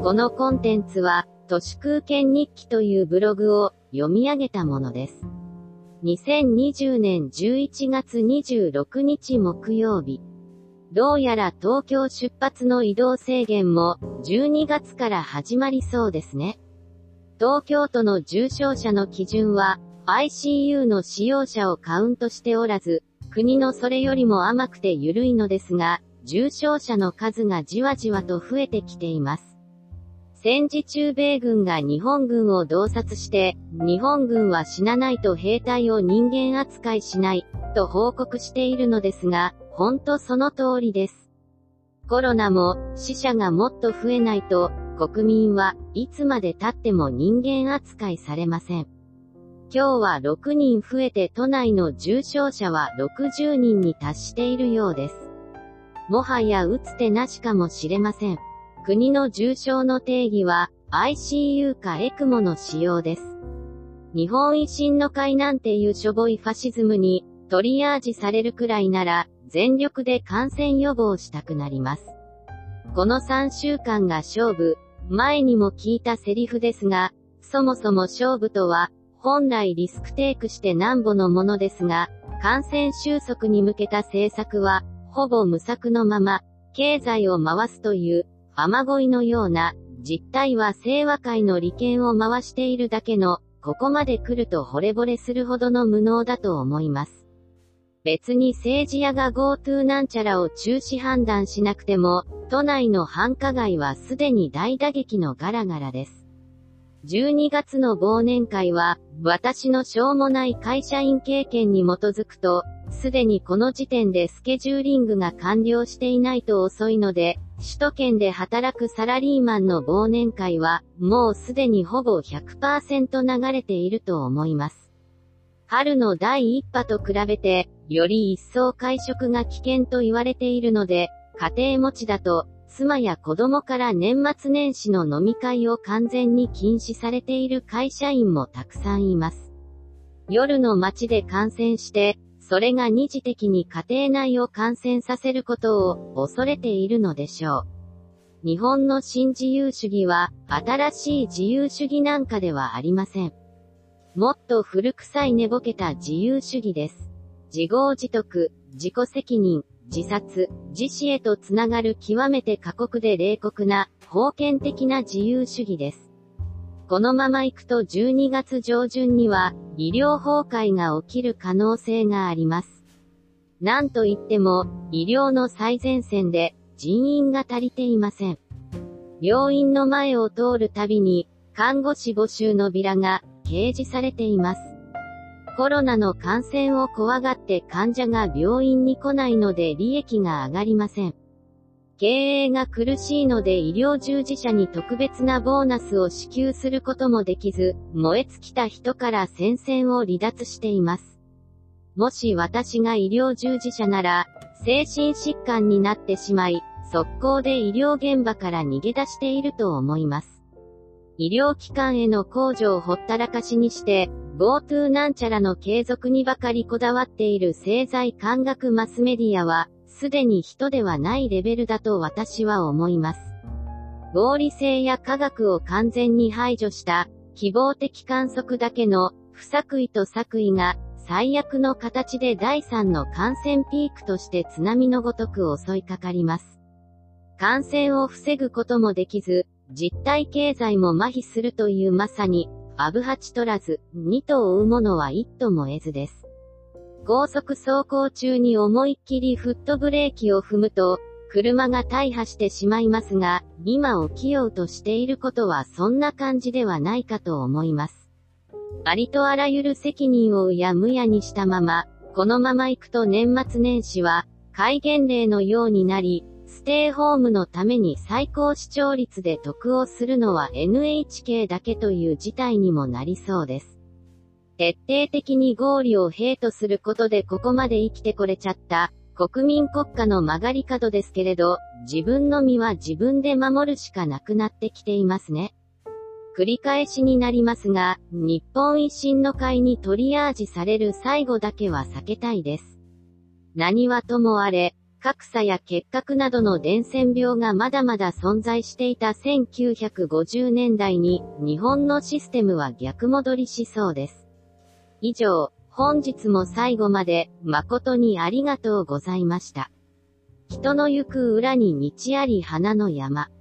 このコンテンツは、都市空間日記というブログを読み上げたものです。2020年11月26日木曜日。どうやら東京出発の移動制限も12月から始まりそうですね。東京都の重症者の基準は ICU の使用者をカウントしておらず、国のそれよりも甘くて緩いのですが、重症者の数がじわじわと増えてきています。戦時中米軍が日本軍を洞察して、日本軍は死なないと兵隊を人間扱いしない、と報告しているのですが、ほんとその通りです。コロナも死者がもっと増えないと、国民はいつまで経っても人間扱いされません。今日は6人増えて都内の重症者は60人に達しているようです。もはや打つ手なしかもしれません。国の重症の定義は ICU か ECMO の使用です。日本維新の会なんていうしょぼいファシズムにトリアージされるくらいなら全力で感染予防したくなります。この3週間が勝負、前にも聞いたセリフですが、そもそも勝負とは本来リスクテイクしてなんぼのものですが、感染収束に向けた政策はほぼ無策のまま経済を回すという雨乞いのような、実態は清和会の利権を回しているだけの、ここまで来ると惚れ惚れするほどの無能だと思います。別に政治家が GoTo なんちゃらを中止判断しなくても、都内の繁華街はすでに大打撃のガラガラです。12月の忘年会は、私のしょうもない会社員経験に基づくと、すでにこの時点でスケジューリングが完了していないと遅いので、首都圏で働くサラリーマンの忘年会は、もうすでにほぼ 100% 流れていると思います。春の第1波と比べて、より一層会食が危険と言われているので、家庭持ちだと、妻や子供から年末年始の飲み会を完全に禁止されている会社員もたくさんいます。夜の街で感染して、それが二次的に家庭内を感染させることを恐れているのでしょう。日本の新自由主義は新しい自由主義なんかではありません。もっと古臭い寝ぼけた自由主義です。自業自得、自己責任、自殺、自死へとつながる極めて過酷で冷酷な封建的な自由主義です。このまま行くと12月上旬には医療崩壊が起きる可能性があります。なんといっても医療の最前線で人員が足りていません。病院の前を通るたびに看護師募集のビラが掲示されています。コロナの感染を怖がって患者が病院に来ないので利益が上がりません。経営が苦しいので医療従事者に特別なボーナスを支給することもできず、燃え尽きた人から戦線を離脱しています。もし私が医療従事者なら、精神疾患になってしまい、速攻で医療現場から逃げ出していると思います。医療機関への控除をほったらかしにして、GoTo なんちゃらの継続にばかりこだわっている政財官学マスメディアは、すでに人ではないレベルだと私は思います。合理性や科学を完全に排除した希望的観測だけの不作為と作為が最悪の形で第3の感染ピークとして津波のごとく襲いかかります。感染を防ぐこともできず、実体経済も麻痺するというまさに、アブハチ取らず、二頭追うものは一頭も得ずです。高速走行中に思いっきりフットブレーキを踏むと、車が大破してしまいますが、今起きようとしていることはそんな感じではないかと思います。ありとあらゆる責任をうやむやにしたまま、このまま行くと年末年始は、戒厳令のようになり、ステイホームのために最高視聴率で得をするのは NHK だけという事態にもなりそうです。徹底的に合理をヘイトすることでここまで生きてこれちゃった国民国家の曲がり角ですけれど、自分の身は自分で守るしかなくなってきていますね。繰り返しになりますが、日本維新の会にトリアージされる最後だけは避けたいです。何はともあれ、 格差や結核などの伝染病がまだまだ存在していた1950年代に、日本のシステムは逆戻りしそうです。以上、本日も最後まで、誠にありがとうございました。人の行く裏に道あり花の山。